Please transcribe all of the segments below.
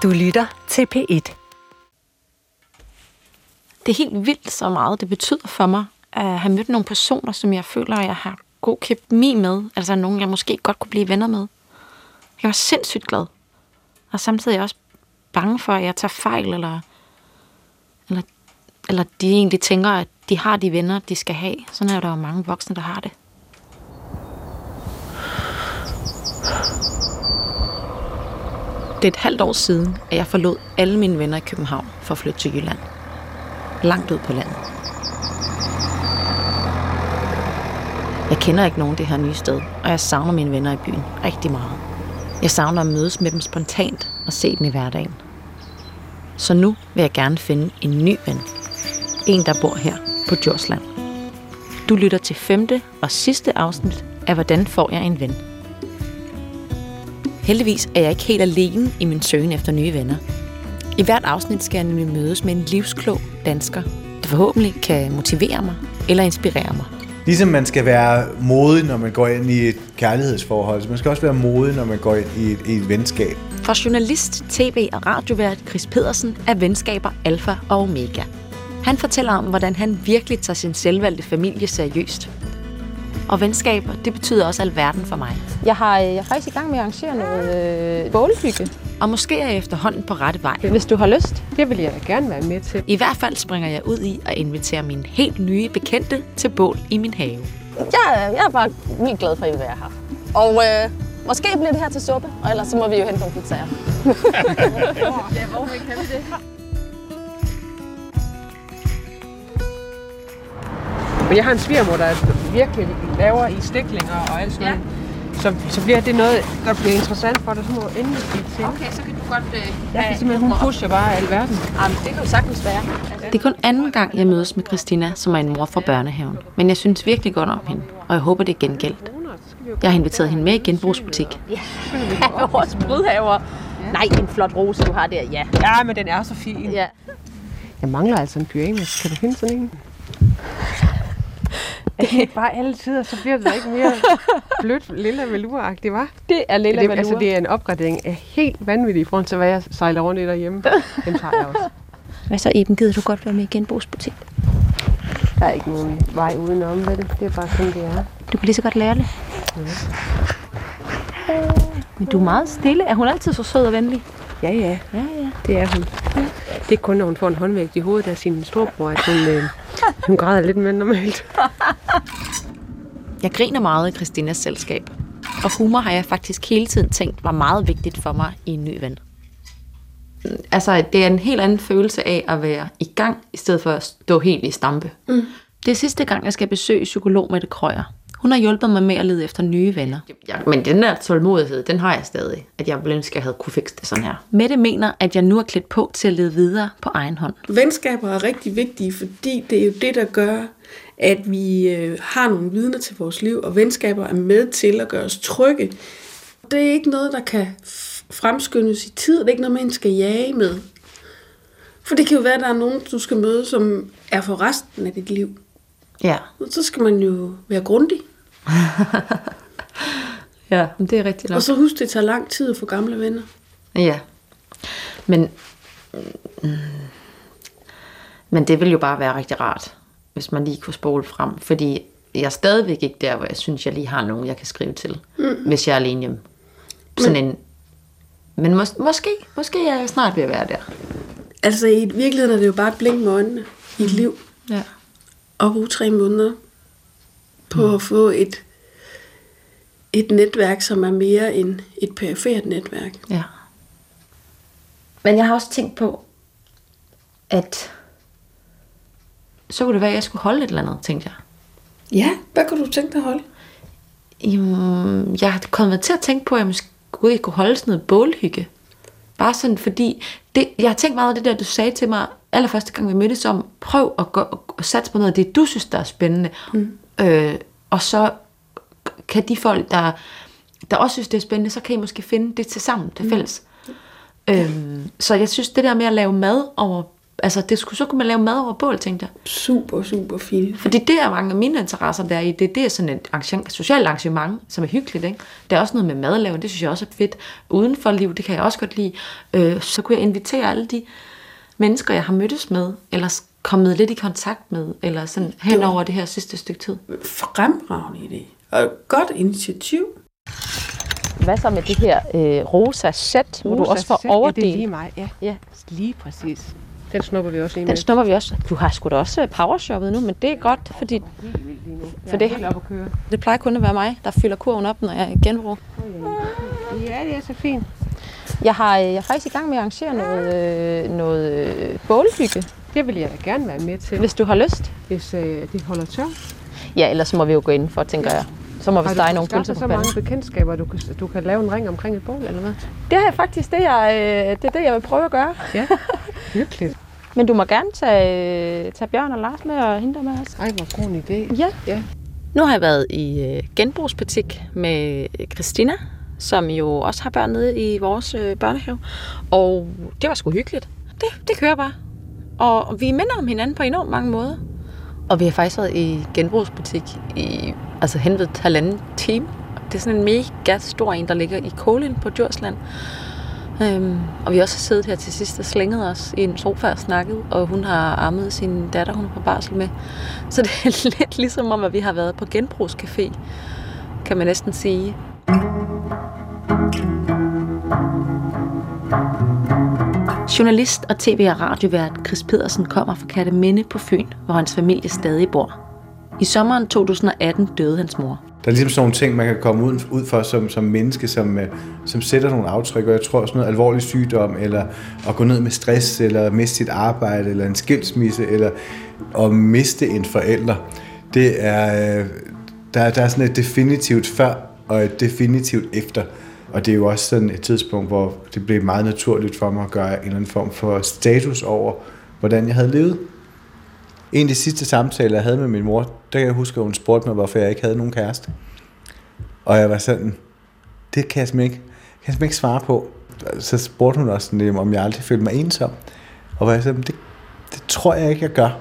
Du lytter til P1. Det er helt vildt så meget, det betyder for mig at have mødt nogle personer, som jeg føler, jeg har god kemi med. Altså nogen, jeg måske godt kunne blive venner med. Jeg var sindssygt glad. Og samtidig også bange for, at jeg tager fejl, eller de egentlig tænker, at de har de venner, de skal have. Sådan er der jo mange voksne, der har det. Det er et halvt år siden, at jeg forlod alle mine venner i København for at flytte til Jylland. Langt ud på landet. Jeg kender ikke nogen det her nye sted, og jeg savner mine venner i byen rigtig meget. Jeg savner at mødes med dem spontant og se dem i hverdagen. Så nu vil jeg gerne finde en ny ven. En, der bor her på Djursland. Du lytter til 5. og sidste afsnit af Hvordan får jeg en ven? Heldigvis er jeg ikke helt alene i min søgen efter nye venner. I hvert afsnit skal jeg nemlig mødes med en livsklog dansker, der forhåbentlig kan motivere mig eller inspirere mig. Ligesom man skal være modig, når man går ind i et kærlighedsforhold, så man skal også være modig, når man går ind i et venskab. For journalist, tv- og radiovært Chris Pedersen er venskaber alfa og omega. Han fortæller om, hvordan han virkelig tager sin selvvalgte familie seriøst. Og venskaber, det betyder også alverden for mig. Jeg er faktisk i gang med at arrangere noget bålhygge. Og måske er jeg efterhånden på rette vej. Hvis du har lyst. Det vil jeg da gerne være med til. I hvert fald springer jeg ud i at invitere mine helt nye bekendte til bål i min have. Jeg er bare vildt glad for, at I vil være her. Og måske bliver det her til suppe, og ellers så må vi jo hente nogle pizzaer. Ja, hvor kan vi det? Men jeg har en svigermor, der virkelig laver i stiklinger og alt sådan noget. Så bliver det noget, der bliver interessant for dig, så må du endelig blive til. Okay, så kan du godt have... Simpelthen, hun pusher bare alverden. Jamen, det kan jo sagtens være. Det er kun anden gang, jeg mødes med Christina, som er en mor fra børnehaven. Men jeg synes virkelig godt om hende, og jeg håber, det er gengældt. Jeg har inviteret hende med i genbrugsbutik. Ja, vores brudhaver. Nej, en flot rose, du har der, ja. Ja, men den er så fin. Ja. Jeg mangler altså en pyjamas. Kan du finde sådan en? Bare alle tider, så bliver det da ikke mere blødt lilla velour-agtigt, hva'? Det er lilla velour. Altså, det er en opgradering af helt vanvittigt i forhold til, hvad jeg sejler rundt i derhjemme. Dem tager jeg også. Hvad så, Eben? Gider du godt være med i genbrugsbutik? Der er ikke nogen vej udenom ved det. Det er bare sådan, det er. Du kan lige så godt lære det. Ja. Men du er meget stille. Er hun altid så sød og venlig? Ja. Det er hun. Ja. Det er kun, når hun får en håndvægt i hovedet af sin storebror, at hun græder lidt mere normalt. Jeg griner meget i Christinas selskab. Og humor har jeg faktisk hele tiden tænkt var meget vigtigt for mig i en ny ven. Altså, det er en helt anden følelse af at være i gang, i stedet for at stå helt i stampe. Mm. Det er sidste gang, jeg skal besøge psykolog Mette Krøyer. Hun har hjulpet mig med at lede efter nye venner. Men den der tålmodighed, den har jeg stadig. At jeg ville ønske, at jeg havde kunne fikse det sådan her. Mette mener, at jeg nu er klædt på til at lede videre på egen hånd. Venskaber er rigtig vigtige, fordi det er jo det, der gør, at vi har nogle vidner til vores liv, og venskaber er med til at gøre os trygge. Det er ikke noget, der kan fremskyndes i tid. Det er ikke noget, man skal jage med. For det kan jo være, at der er nogen, du skal møde, som er for resten af dit liv. Ja. Så skal man jo være grundig. Ja, det er rigtigt nok. Og så husk, det tager lang tid at få gamle venner. Ja. Men det vil jo bare være rigtig rart, hvis man lige kunne spole frem. Fordi jeg er stadigvæk ikke der, hvor jeg synes, jeg lige har nogen, jeg kan skrive til. Hvis jeg er alene hjemme. Men måske er jeg snart ved at være der. Altså i virkeligheden er det jo bare et blink med øjnene i et liv. Ja. Og bruge 3 måneder på at få et netværk, som er mere end et perifert netværk. Ja. Men jeg har også tænkt på, at så kunne det være, at jeg skulle holde et eller andet, tænkte jeg. Ja, hvad kunne du tænke dig at holde? Jeg har kommet til at tænke på, at jeg måske kunne holde sådan noget bålhygge. Bare sådan, fordi jeg har tænkt meget af det der, du sagde til mig allerførste gang, vi mødtes om, prøv at satse på noget af det, du synes, der er spændende. Og så kan de folk, der også synes, det er spændende, så kan I måske finde det til sammen, til fælles. Så jeg synes, det der med at lave mad over Altså, så kunne man lave mad over bål, tænkte jeg. Super, super fint. Fordi det er mange af mine interesser der i. Det er sådan et socialt arrangement, som er hyggeligt, ikke? Der er også noget med madlavning, det synes jeg også er fedt. Uden for liv, det kan jeg også godt lide. Så kunne jeg invitere alle de mennesker, jeg har mødtes med, eller kommet lidt i kontakt med, eller sådan hen over det her sidste stykke tid. Fremragende idé. Og godt initiativ. Hvad så med det her rosa sæt, hvor du også får overdel? Ja, det er lige mig. Ja, lige præcis. Den snupper vi også i med. Den snupper vi også. Du har sgu da også powershoppet nu, men det er godt, fordi for det er helt op at køre. Det plejer kun at være mig, der fylder kurven op, når jeg genbruger. Ja, det er så fint. Jeg er faktisk i gang med at arrangere noget bålhygge. Det vil jeg da gerne være med til. Hvis du har lyst. Hvis det holder tør. Ja, ellers så må vi jo gå ind for, tænker jeg. Så må vi stege nogle pølser på så mange bekendtskaber, du kan lave en ring omkring et bål, eller hvad? Det er faktisk det, jeg vil prøve at gøre. Ja, hyggeligt. Men du må gerne tage Bjørn og Lars med og hente med os. Ej, hvor god en idé. Ja. Nu har jeg været i genbrugsbutik med Christina, som jo også har børn nede i vores børnehave. Og det var sgu hyggeligt. Det kører bare. Og vi minder om hinanden på enormt mange måder. Og vi har faktisk været i genbrugsbutik hen ved 1,5 time. Det er sådan en mega stor en, der ligger i Kålin på Djursland. Og vi har også siddet her til sidst og slænget os i en sofa og snakket, og hun har ammet sin datter, hun er på barsel med. Så det er lidt ligesom om, at vi har været på genbrugscafé, kan man næsten sige. Journalist og tv- og radiovært Chris Pedersen kommer fra Kerteminde på Fyn, hvor hans familie stadig bor. I sommeren 2018 døde hans mor. Der er ligesom sådan nogle ting, man kan komme ud for som menneske, som sætter nogle aftryk, og jeg tror sådan noget alvorlig sygdom, eller at gå ned med stress, eller miste sit arbejde, eller en skilsmisse, eller at miste en forælder. Det er, der er sådan et definitivt før, og et definitivt efter. Og det er jo også sådan et tidspunkt, hvor det blev meget naturligt for mig at gøre en eller anden form for status over, hvordan jeg havde levet. En af de sidste samtaler, jeg havde med min mor, der kan jeg huske, at hun spurgte mig, hvorfor jeg ikke havde nogen kæreste. Og jeg var sådan, det kan jeg simpelthen ikke svare på. Så spurgte hun også sådan, om jeg aldrig følte mig ensom. Og var jeg sådan, det tror jeg ikke, jeg gør.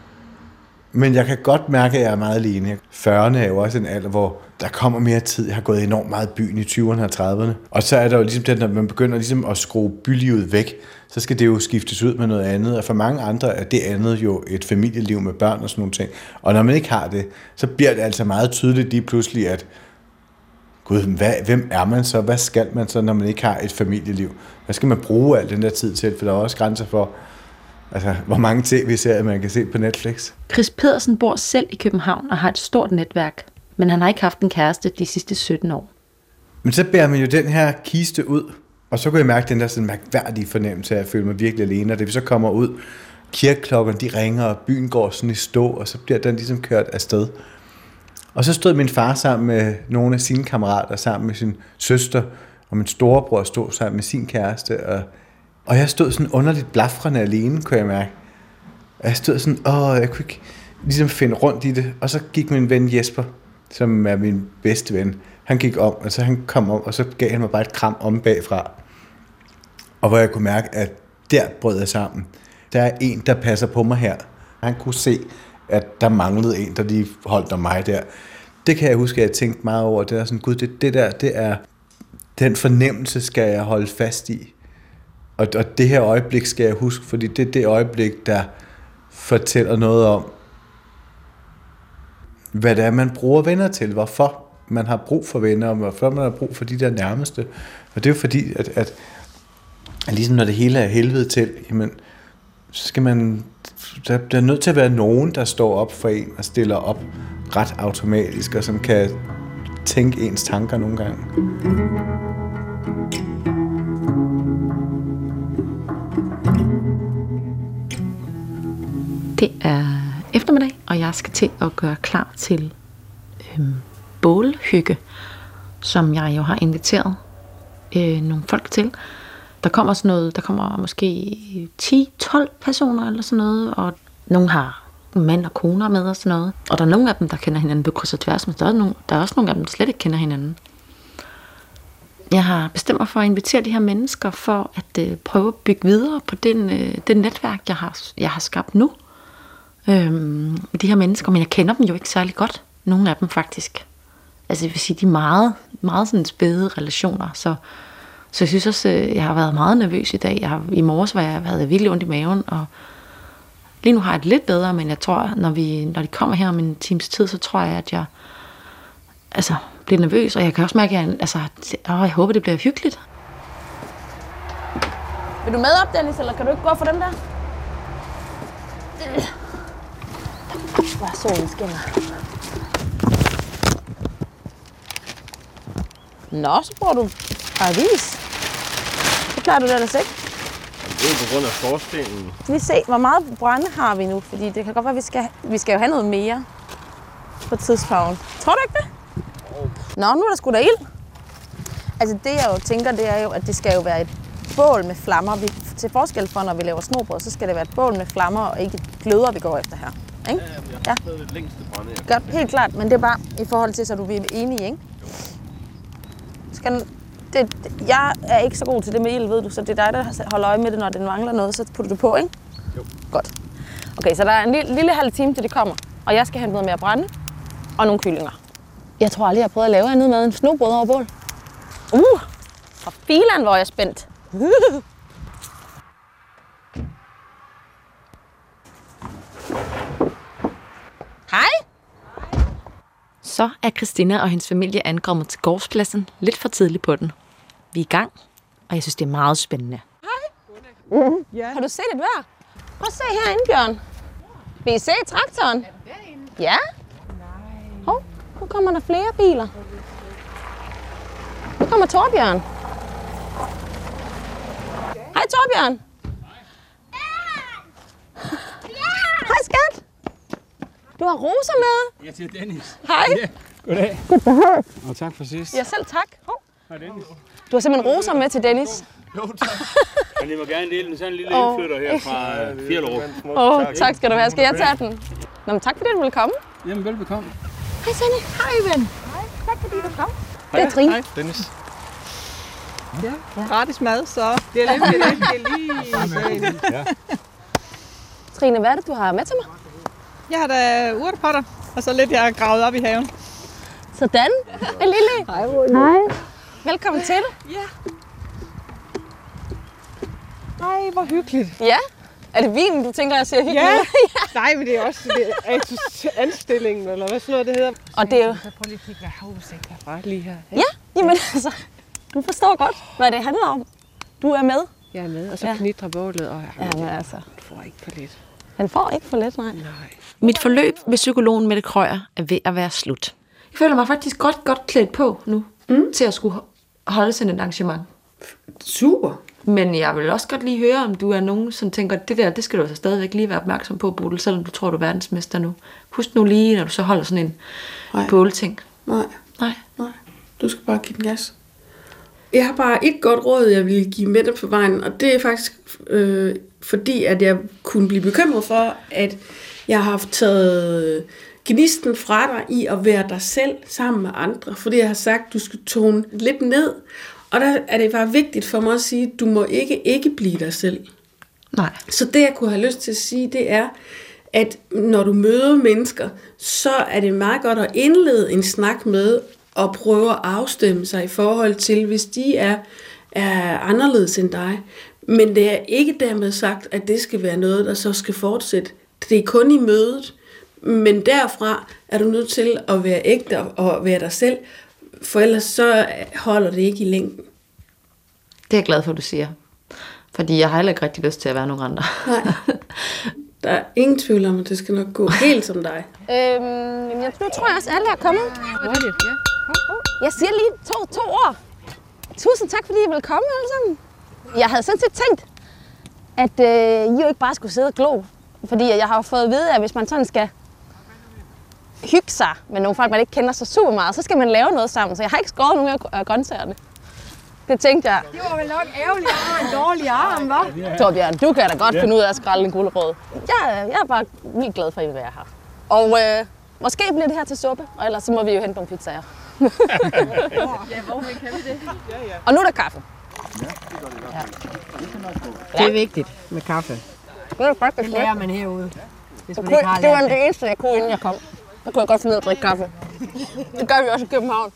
Men jeg kan godt mærke, at jeg er meget alene. 40'erne er jo også en alder, hvor der kommer mere tid. Jeg har gået enormt meget i byen i 20'erne og 30'erne. Og så er der jo ligesom det, når man begynder ligesom at skrue bylivet væk, så skal det jo skiftes ud med noget andet. Og for mange andre er det andet jo et familieliv med børn og sådan nogle ting. Og når man ikke har det, så bliver det altså meget tydeligt lige pludselig, at gud, hvem er man så? Hvad skal man så, når man ikke har et familieliv? Hvad skal man bruge al den der tid til? For der er også grænser for, hvor mange tv-serier man kan se på Netflix. Chris Pedersen bor selv i København og har et stort netværk, men han har ikke haft en kæreste de sidste 17 år. Men så bærer man jo den her kiste ud, og så kunne jeg mærke den der sådan mærkværdige fornemmelse af at føle mig virkelig alene. Og det vi så kommer ud, kirkeklokkerne de ringer, og byen går sådan i stå, og så bliver den ligesom kørt afsted. Og så stod min far sammen med nogle af sine kammerater, sammen med sin søster, og min storebror stod sammen med sin kæreste, og jeg stod sådan underligt blafrende alene, kunne jeg mærke. Og jeg stod sådan, jeg kunne ikke ligesom finde rundt i det. Og så gik min ven Jesper, som er min bedste ven, han gik om, og så han kom om, og så gav han mig bare et kram om bagfra. Og hvor jeg kunne mærke, at der brød jeg sammen. Der er en, der passer på mig her. Han kunne se, at der manglede en, der lige holdt om mig der. Det kan jeg huske, at jeg tænkte meget over. Det er sådan, gud, det er den fornemmelse, skal jeg holde fast i. Og det her øjeblik skal jeg huske, fordi det er det øjeblik, der fortæller noget om, hvad det er, man bruger venner til, hvorfor man har brug for venner, og hvorfor man har brug for de der nærmeste. Og det er jo fordi, at ligesom når det hele er helvede til, jamen, så skal man, der er nødt til at være nogen, der står op for en og stiller op ret automatisk, og som kan tænke ens tanker nogle gange. Det er eftermiddag, og jeg skal til at gøre klar til bålhygge, som jeg jo har inviteret nogle folk til. Der kommer måske 10-12 personer eller sådan noget, og nogle har mand og koner med og sådan noget. Og der er nogle af dem, der kender hinanden på kryds og tværs, men der er også nogle af dem, der slet ikke kender hinanden. Jeg har bestemt mig for at invitere de her mennesker for at prøve at bygge videre på det netværk, jeg har skabt nu. De her mennesker, men jeg kender dem jo ikke særlig godt. Nogle af dem faktisk. Altså jeg vil sige, de er meget, meget sådan spæde relationer. Så jeg synes også, jeg har været meget nervøs i dag. I morges havde jeg virkelig ondt i maven, og lige nu har jeg det lidt bedre, men jeg tror, når de kommer her om en times tid, så tror jeg, at jeg bliver nervøs, og jeg kan også mærke, at jeg håber, det bliver hyggeligt. Vil du med op, Dennis, eller kan du ikke gå for den der? Hvor solen skinner. Nå, så bruger du avis. Det klarer du det ellers ikke. Det er på grund af skorstenen. Skal vi se, hvor meget brænde har vi nu? Fordi det kan godt være, at vi skal jo have noget mere på tidspunkt. Tror du ikke det? Nå, nu er der sgu da ild. Altså det jeg jo tænker, det er jo, at det skal jo være et bål med flammer. Til forskel for, når vi laver snobrød, så skal det være et bål med flammer og ikke gløder, vi går efter her. Ikke? Ja, det er det længste brænde. Godt, helt klart, men det er bare i forhold til, så du er enige, ikke? Jeg er ikke så god til det med ild, ved du, så det er dig, der holder øje med det, når den mangler noget, så putter du på, ikke? Jo. Godt. Okay, så der er en lille halv time, til det kommer, og jeg skal hente noget mere brænde og nogle kyllinger. Jeg tror aldrig, jeg har prøvet at lave andet mad end snobrød over bål. For filan, hvor jeg er spændt. Hej. Så er Christina og hendes familie ankommet til gårdspladsen lidt for tidligt på den. Vi er i gang, og jeg synes, det er meget spændende. Hej. Ja. Har du set et vejr? Prøv at se herinde, Bjørn. Vil I se traktoren? Ja. Hov, nu kommer der flere biler. Nu kommer Torbjørn. Hej Torbjørn. Hej skat. Du har Rosa med. Jeg siger Dennis. Hej. Ja. Goddag. Goddag. Og tak for sidst. Ja, selv tak. Hej Dennis. Du har simpelthen Rosa med til Dennis. Jo, tak. Men I må gerne dele den. Så en lille indflytter her fra Fjellerup. Tak skal du have. Skal jeg tage den? Nå, men tak fordi du ville komme. Jamen, velbekomme. Hej Sanne. Hej ven. Hej, tak fordi du kom. Det er Trine. Hej Dennis. Ja, gratis mad, så det er lige Ja. Trine, hvad er det, du har med til mig? Jeg har da urtepotter, og så lidt, jeg har gravet op i haven. Sådan. En lille. Hej. Hej. Velkommen til. Ja. Ej, hvor hyggeligt. Ja. Er det vinen, du tænker, jeg ser hyggeligt? Ja. Nej, men det er også anstillingen, eller hvad sådan noget, det hedder. Og det er jo... Så prøv lige at kigge, hvad havmusik der bare lige her. Ja, jamen altså, du forstår godt, hvad det handler om. Du er med. Jeg er med, og så knitrer bålet, og Jamen altså, du får ikke for lidt. han får ikke for lidt, nej. Mit forløb med psykologen Mette Krøyer er ved at være slut. Jeg føler mig faktisk godt klædt på nu, til at skulle holde sådan et arrangement. Super. Men jeg vil også godt lige høre, om du er nogen, som tænker, det skal du altså stadigvæk lige være opmærksom på, Bodil, selvom du tror, du er verdensmester nu. Husk nu lige, når du så holder sådan en bålting. Nej. Du skal bare give den gas. Jeg har bare et godt råd, jeg vil give med dig på vejen, og det er faktisk fordi, at jeg kunne blive bekymret for, at jeg har taget gnisten fra dig i at være dig selv sammen med andre, fordi jeg har sagt, at du skal tone lidt ned, og der er det bare vigtigt for mig at sige, at du må ikke blive dig selv. Nej. Så det, jeg kunne have lyst til at sige, det er, at når du møder mennesker, så er det meget godt at indlede en snak med og prøve at afstemme sig i forhold til, hvis de er anderledes end dig. Men det er ikke dermed sagt, at det skal være noget, der så skal fortsætte. Det er kun i mødet, men derfra er du nødt til at være ægte og være dig selv, for ellers så holder det ikke i længden. Det er jeg glad for, du siger. Fordi jeg har heller ikke rigtig lyst til at være nogen andre. Nej. Der er ingen tvivl om, at det skal nok gå helt som dig. Nu tror jeg også, at alle er kommet. Jeg siger lige to ord. Tusind tak, fordi I ville komme alle sammen. Jeg havde sådan set tænkt, at I jo ikke bare skulle sidde og glo. Fordi jeg har jo fået at vide, at hvis man sådan skal hygge sig med nogle folk, man ikke kender så super meget, så skal man lave noget sammen. Så jeg har ikke skåret nogen af grøntsagerne. Det tænkte jeg. Det var vel nok ærgerligt at have en dårlig arm, hva'? Torbjørn, du kan da godt finde ud af at skrælle en gulerod. Jeg er bare vildt glad for, at I vil være her. Og måske bliver det her til suppe, og ellers så må vi jo hente nogle pizzaer. Og nu er der kaffe. Det er vigtigt med kaffe. Det er faktisk Det lærer man herude, hvis man det ikke har var lært det eneste, jeg kunne, inden jeg kom. Så kunne jeg godt finde ud af at drikke kaffe. Det gør vi også i København.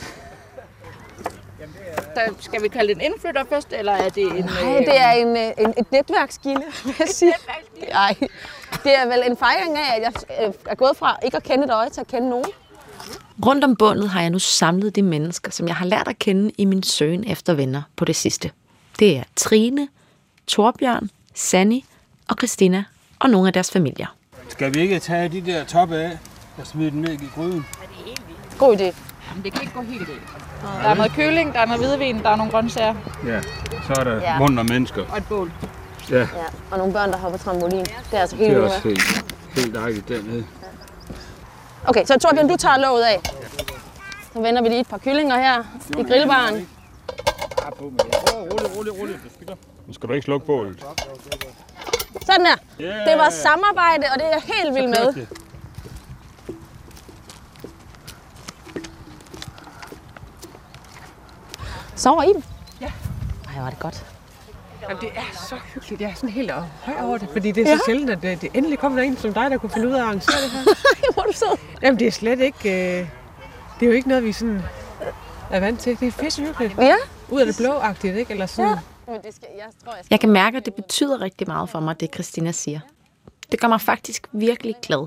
Skal vi kalde det en indflytterfest, eller er det en... Nej, det er et netværksgilde, vil jeg sige. Nej, det er vel en fejring af, at jeg er gået fra ikke at kende et øje til at kende nogen. Rundt om båndet har jeg nu samlet de mennesker, som jeg har lært at kende i min søgen efter venner på det sidste. Det er Trine, Torbjørn, Sanni og Christina og nogle af deres familier. Skal vi ikke tage de der toppe af og smide dem ned i gryden? God idé. Jamen, det kan ikke gå helt galt. Der er noget køling, der er noget hvidvin, der er nogle grøntsager. Ja, så er der mundt og mennesker. Og et bål. Ja, Ja, og nogle børn, der hopper trampolin. Det er altså det helt er vildt. også helt dejligt dernede. Okay, så Torbjørn, du tager låget af. Så vender vi lige et par kyllinger her i grillbaren. Rolig. Nu skal du ikke slukke bålet. Sådan der. Yeah. Det var samarbejde, og det er jeg helt vild med. Sover I dem? Ja. Ej, var det godt. Jamen, det er så hyggeligt. Jeg er sådan helt høj over det, fordi det er så sjældent, at det endelig kommer der en som dig, der kunne finde ud af at arrangere det her. Hvor er du sød. Jamen, det er slet ikke... det er jo ikke noget, vi sådan er vant til. Det er pisse hyggeligt. Ja. Ud af det blå-agtigt, ikke? Eller sådan. Men det skal, jeg tror, jeg skal... Jeg kan mærke, at det betyder rigtig meget for mig, det Christina siger. Det gør mig faktisk virkelig glad.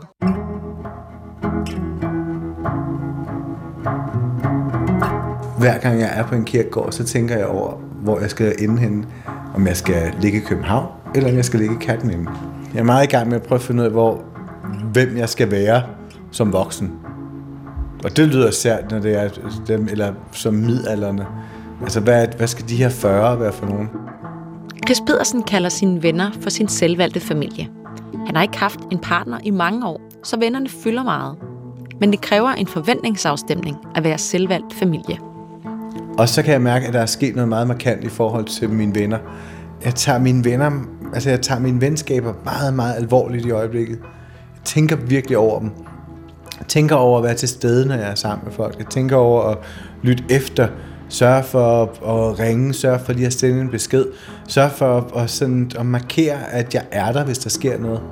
Hver gang jeg er på en kirkegård, så tænker jeg over, hvor jeg skal ende henne. Om jeg skal ligge i København, eller om jeg skal ligge i Katteninde. Jeg er meget i gang med at prøve at finde ud af, hvem jeg skal være som voksen. Og det lyder sært, når det er dem, eller som midaldrende. Altså, hvad skal de her 40 være for nogen? Chris Pedersen kalder sine venner for sin selvvalgte familie. Han har ikke haft en partner i mange år, så vennerne fylder meget. Men det kræver en forventningsafstemning at være selvvalgt familie. Og så kan jeg mærke, at der er sket noget meget markant i forhold til mine venner. Jeg tager mine venskaber meget, meget alvorligt i øjeblikket. Jeg tænker virkelig over dem. Jeg tænker over at være til stede, når jeg er sammen med folk. Jeg tænker over at lytte efter, sørge for at ringe, sørge for lige at sende en besked, sørge for at markere, at jeg er der, hvis der sker noget.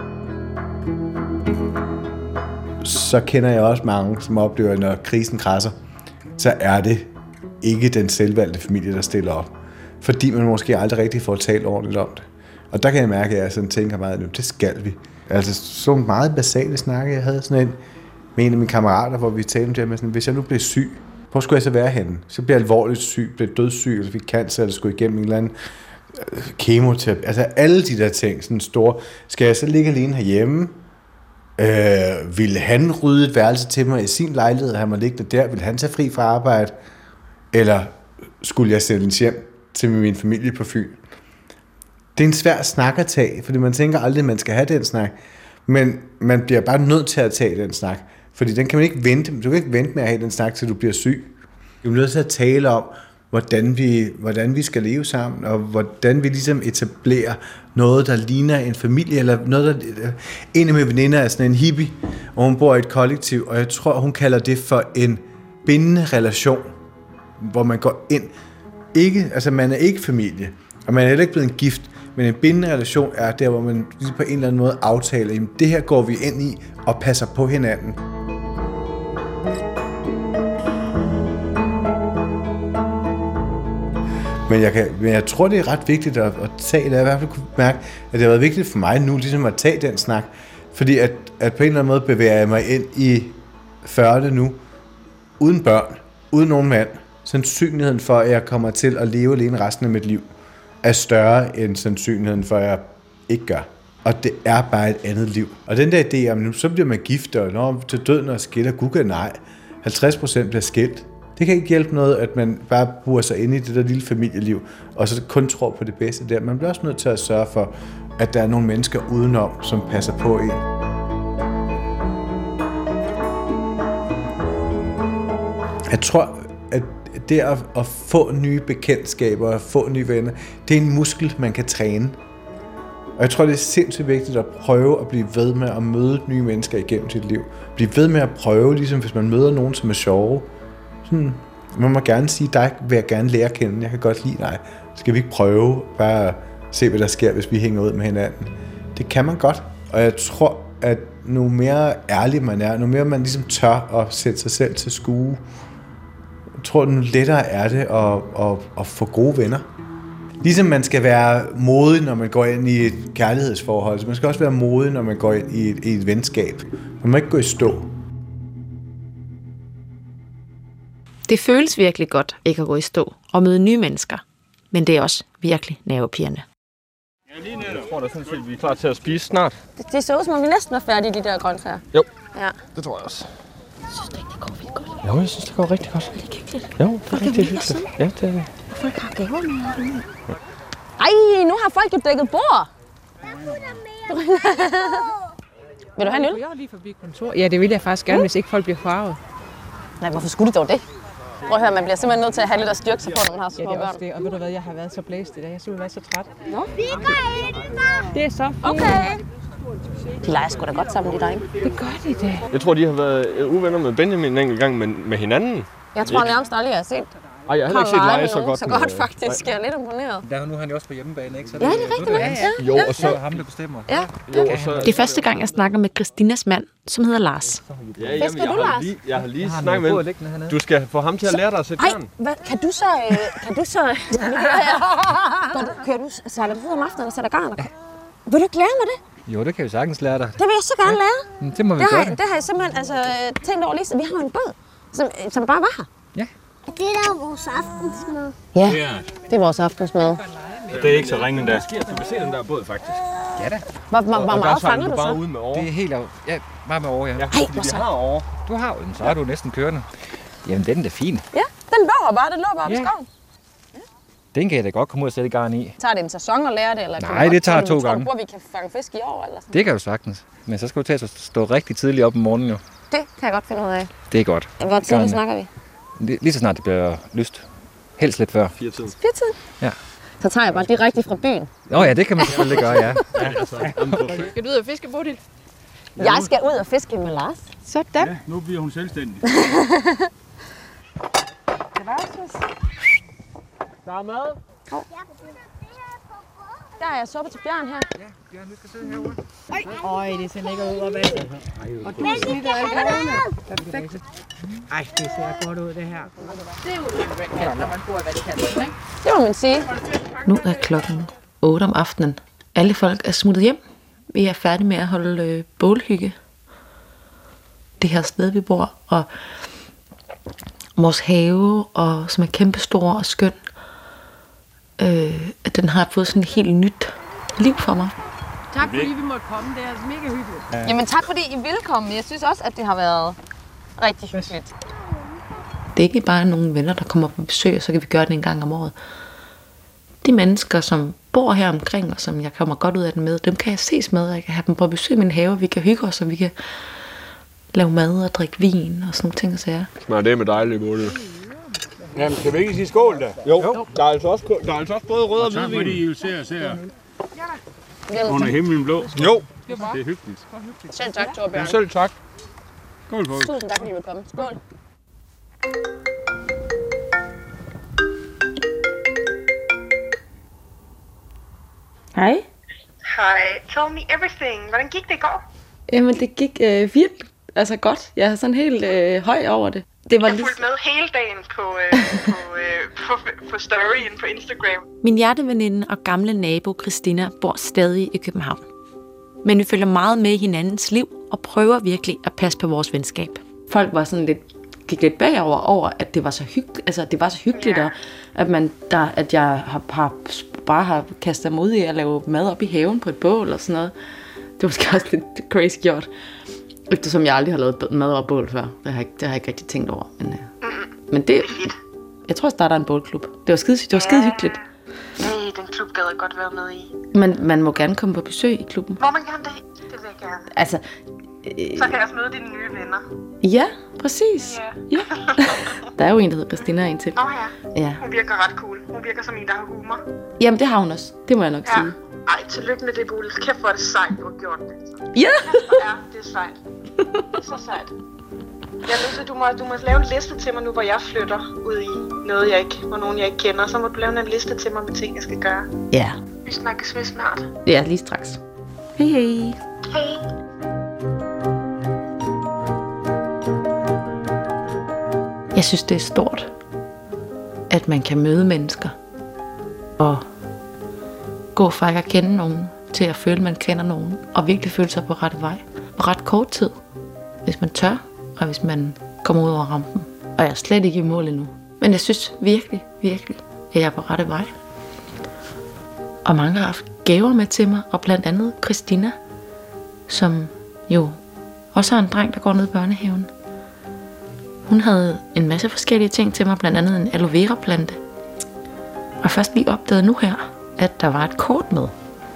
Så kender jeg også mange, som oplever, at når krisen krasser, så er det ikke den selvvalgte familie, der stiller op. Fordi man måske aldrig rigtig får talt ordentligt om det. Og der kan jeg mærke, at jeg sådan tænker meget, at det skal vi. Altså sådan meget basale snakke. Jeg havde sådan med en af mine kammerater, hvor vi talte om det med sådan, hvis jeg nu blev syg, hvor skulle jeg så være henne? Så bliver jeg alvorligt syg, bliver dødssyg, eller fik cancer, eller skulle igennem en eller anden kemoterapi. Altså alle de der ting, sådan store. Skal jeg så ligge alene herhjemme? Ville han rydde et værelse til mig i sin lejlighed, og han må ligge der? Ville han tage fri fra arbejde? Eller skulle jeg sendes hjem til min familie på Fyn? Det er en svær snak at tage, fordi man tænker aldrig, at man skal have den snak. Men man bliver bare nødt til at tage den snak. Fordi den kan man ikke vente. Du kan ikke vente med at have den snak, til du bliver syg. Du er nødt til at tale om, hvordan vi skal leve sammen, og hvordan vi ligesom etablerer noget, der ligner en familie, eller noget, der... En af mine veninder er sådan en hippie, og hun bor i et kollektiv, og jeg tror, hun kalder det for en bindende relation, hvor man går ind. Man er ikke familie, og man er heller ikke blevet en gift, men en bindende relation er der, hvor man på en eller anden måde aftaler, at det her går vi ind i og passer på hinanden. Men jeg tror, det er ret vigtigt at tage det. Jeg i hvert fald kunne mærke, at det har været vigtigt for mig nu ligesom at tage den snak. Fordi at på en eller anden måde bevæger jeg mig ind i 40'erne nu, uden børn, uden nogen mand. Sandsynligheden for, at jeg kommer til at leve alene resten af mit liv, er større end sandsynligheden for, at jeg ikke gør. Og det er bare et andet liv. Og den der idé om, så bliver man gift, og når til døden og skiller, gud nej, 50% bliver skilt. Det kan ikke hjælpe noget, at man bare bruger sig ind i det der lille familieliv, og så kun tror på det bedste der. Man bliver også nødt til at sørge for, at der er nogle mennesker udenom, som passer på en. Jeg tror, at det at få nye bekendtskaber og få nye venner, det er en muskel, man kan træne. Og jeg tror, det er sindssygt vigtigt at prøve at blive ved med at møde nye mennesker igennem sit liv. Blive ved med at prøve, ligesom hvis man møder nogen, som er sjove, sådan, man må gerne sige, dig vil jeg gerne lære at kende, jeg kan godt lide dig. Skal vi ikke prøve bare se, hvad der sker, hvis vi hænger ud med hinanden? Det kan man godt, og jeg tror, at nu mere ærlig man er, nu mere man ligesom tør at sætte sig selv til skue, jeg tror, nu lettere er det at få gode venner. Ligesom man skal være modig, når man går ind i et kærlighedsforhold, så man skal også være modig, når man går ind i et venskab. Man må ikke gå i stå. Det føles virkelig godt ikke at gå i stå og møde nye mennesker, men det er også virkelig nervepirrende. Jeg tror da sådan set, vi er klar til at spise snart. Det ser ud som om, vi næsten er færdige, de der grøntsager. Jo, Ja. det tror jeg også. Jeg synes ikke, det går vildt godt. Jo, jeg synes, det går rigtig godt. Er det ikke hyggeligt? Jo, det er rigtig hyggeligt. Ja, det er det. Og folk har gaver med. Ej, nu har folk jo dækket bord. Vil du have en øl? Jeg var lige forbi kontor. Ja, det vil jeg faktisk gerne, hvis ikke folk bliver farvet. Nej, hvorfor skulle de dog det? Prøv at høre, man bliver simpelthen nødt til at have lidt at styrke sig på, når man har små Ja, det er børn. også det. Og ved du hvad, jeg har været så blæst i dag. Jeg synes, jeg så træt. Nå? Det er så fint. Okay. De leger sgu da godt sammen, de drenge. Det gør de da. Jeg tror, de har været uvenner med Benjamin en enkelt gang, men med hinanden. Jeg tror nærmest aldrig, jeg har set Ej, jeg har heller ikke set lege så godt. Så godt faktisk. Jeg er lidt imponeret. Der nu er han jo også på hjemmebane, ikke? Så Ja, det er rigtigt. Ja. Jo, og så... det er ham, der bestemmer. Ja. Jo, og så... Det er første gang, jeg snakker med Christinas mand, som hedder Lars. Ja, Fisker du, Lars? Jeg har lige snakket med ham. Du skal få ham til at lære dig at sætte garn. Hvad, kan du så... Kører du sejler du ud om aftenen eller sætter garn? Vil du ikke lære mig det? Jo, det kan vi sagtens lære dig. Det vil jeg så gerne lære. Det må vi Det gøre. har jeg simpelthen tænkt over lige, så vi har jo en båd, som bare var her. Ja. Det er der vores aftensmad. Ja, det er vores aftensmad. Det er ikke så ringe der. Du kan se den der båd, faktisk. Ja da. Hvor meget fanger du bare så? ude med over. Det er helt ja, bare med over, ja. Ja, fordi vi har over. Du har jo den, så er du næsten kørende. Jamen, den er da fin. Ja, den lå bare. Den lå bare på skoven. Den kan jeg da godt komme ud og sætte garn i. Tager det en sæson at lære det? Eller Nej, det tager 2 gange. Tror du, vi kan fange fisk i år? Eller sådan? Det kan du sagtens. Men så skal du til at stå rigtig tidligt op om morgenen jo. Det kan jeg godt finde ud af. Det er godt. Hvor tidligt snakker vi? Lige så snart det bliver lyst. Helst lidt før. 4-tiden. 4-tiden? Ja. Så tager jeg bare direkte fra byen. Ja, det kan man selvfølgelig gøre, ja. Skal du ud og fiske, Bodil? Jeg skal ud og fiske med Lars. Sådan. Ja, nu bliver hun selvstændig. Der er mad. Der er suppe til Bjørn her. Ja, Bjørn, du skal sidde herovre. Øj, det ser lækkert ud at vaske. Og du snitter ikke hovederne. Perfekt. Ej, det ser godt ud, det her. Det må man sige. Nu er klokken 8 om aftenen. Alle folk er smuttet hjem. Vi er færdige med at holde bålhygge. Det her sted, vi bor, og vores have, og, som er kæmpestor og skøn, at den har fået sådan et helt nyt liv for mig. Tak fordi vi måtte komme, det er mega hyggeligt. Ja. Jamen tak fordi I vil komme. Jeg synes også, at det har været rigtig hyggeligt. Det er ikke bare nogle venner, der kommer på besøg, og så kan vi gøre det en gang om året. De mennesker, som bor her omkring, og som jeg kommer godt ud af den med, dem kan jeg ses med, og jeg kan have dem på besøg i min have, vi kan hygge os, og vi kan lave mad og drikke vin og sådan nogle ting, så ja. Smager det med dejligt, Bodil? Jamen, kan vi ikke sige skål da? Jo. Der er altså også både rød og hvidvin. Tak fordi I ser under himlen blå. Jo. Det er hyggeligt. Selv tak, Torbjørn. Selv tak. Skål på. Tusind tak fordi I vil komme. Skål. Hej. Hej, tell me everything. Hvordan gik det i går? Jamen, det gik virkelig godt. Jeg er sådan helt høj over det. Det var jeg fulgte med hele dagen på storyen på Instagram. Min hjerteveninde og gamle nabo Christina bor stadig i København. Men vi følger meget med i hinandens liv og prøver virkelig at passe på vores venskab. Folk var sådan gik lidt bagover over, at det var så hyggeligt, altså det var så hyggeligt, ja. At jeg bare har kastet mig ud i at lave mad op i haven på et bål og sådan noget. Det var måske også lidt crazy gjort. Eftersom jeg aldrig har lavet mad over bål før. Det har jeg ikke rigtig tænkt over. Men det er fedt. Jeg tror, jeg starter en bålklub. Det var skide hyggeligt. Nej, den klub gad jeg godt være med i. Men man må gerne komme på besøg i klubben. Må man gerne det? Det vil jeg gerne. Altså... Så kan jeg også møde dine nye venner. Ja, præcis. Ja. Der er jo en, der hedder Christina, en til. Ja. Hun virker ret cool. Hun virker som en, der har humor. Jamen, det har hun også. Det må jeg nok sige. Ej, tillykke med det, Bodil. Kæft, hvor er det sejt, du har gjort det. Ja! Ja, det er sejt. Det er så sejt. Jeg er nødt til, du må lave en liste til mig nu, hvor jeg flytter ud i noget, nogen jeg ikke kender. Så må du lave en liste til mig med ting, jeg skal gøre. Ja. Vi snakkes ved snart. Ja, lige straks. Hej hej. Hej. Jeg synes, det er stort, at man kan møde mennesker og gå fra ikke at kende nogen til at føle, at man kender nogen og virkelig føle sig på rette vej på ret kort tid, hvis man tør og hvis man kommer ud over rampen. Og jeg er slet ikke i mål endnu. Men jeg synes virkelig, virkelig, at jeg er på rette vej. Og mange har haft gaver med til mig, og blandt andet Christina, som jo også har en dreng, der går ned i børnehaven. Hun havde en masse forskellige ting til mig, blandt andet en aloe vera plante. Og først lige opdagede nu her, at der var et kort med.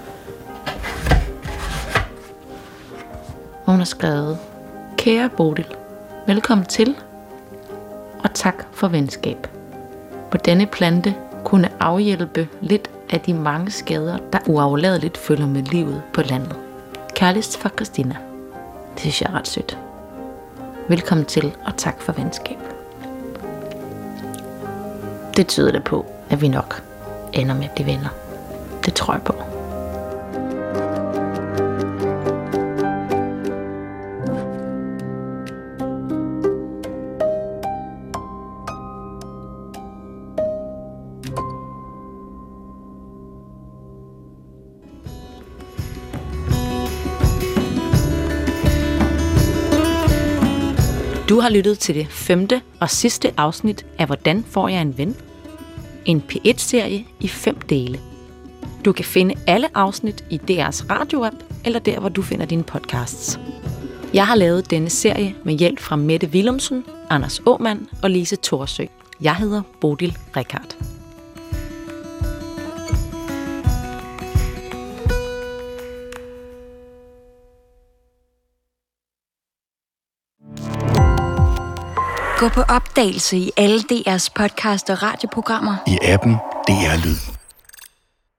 Hun har skrevet: Kære Bodil, velkommen til, og tak for venskab. På denne plante kunne afhjælpe lidt af de mange skader, der uafladeligt følger med livet på landet. Kærligst fra Christina. Det synes jeg er ret sødt. Velkommen til, og tak for venskab. Det tyder det på, at vi nok ender med at blive venner. Det tror jeg på. Du har lyttet til det 5. og sidste afsnit af Hvordan får jeg en ven? En P1-serie i 5 dele. Du kan finde alle afsnit i DR's radioapp, eller der, hvor du finder dine podcasts. Jeg har lavet denne serie med hjælp fra Mette Willumsen, Anders Åmann og Lise Thorsø. Jeg hedder Bodil Rikard. Gå på opdagelse i alle DR's podcast og radioprogrammer. I appen DR Lyd.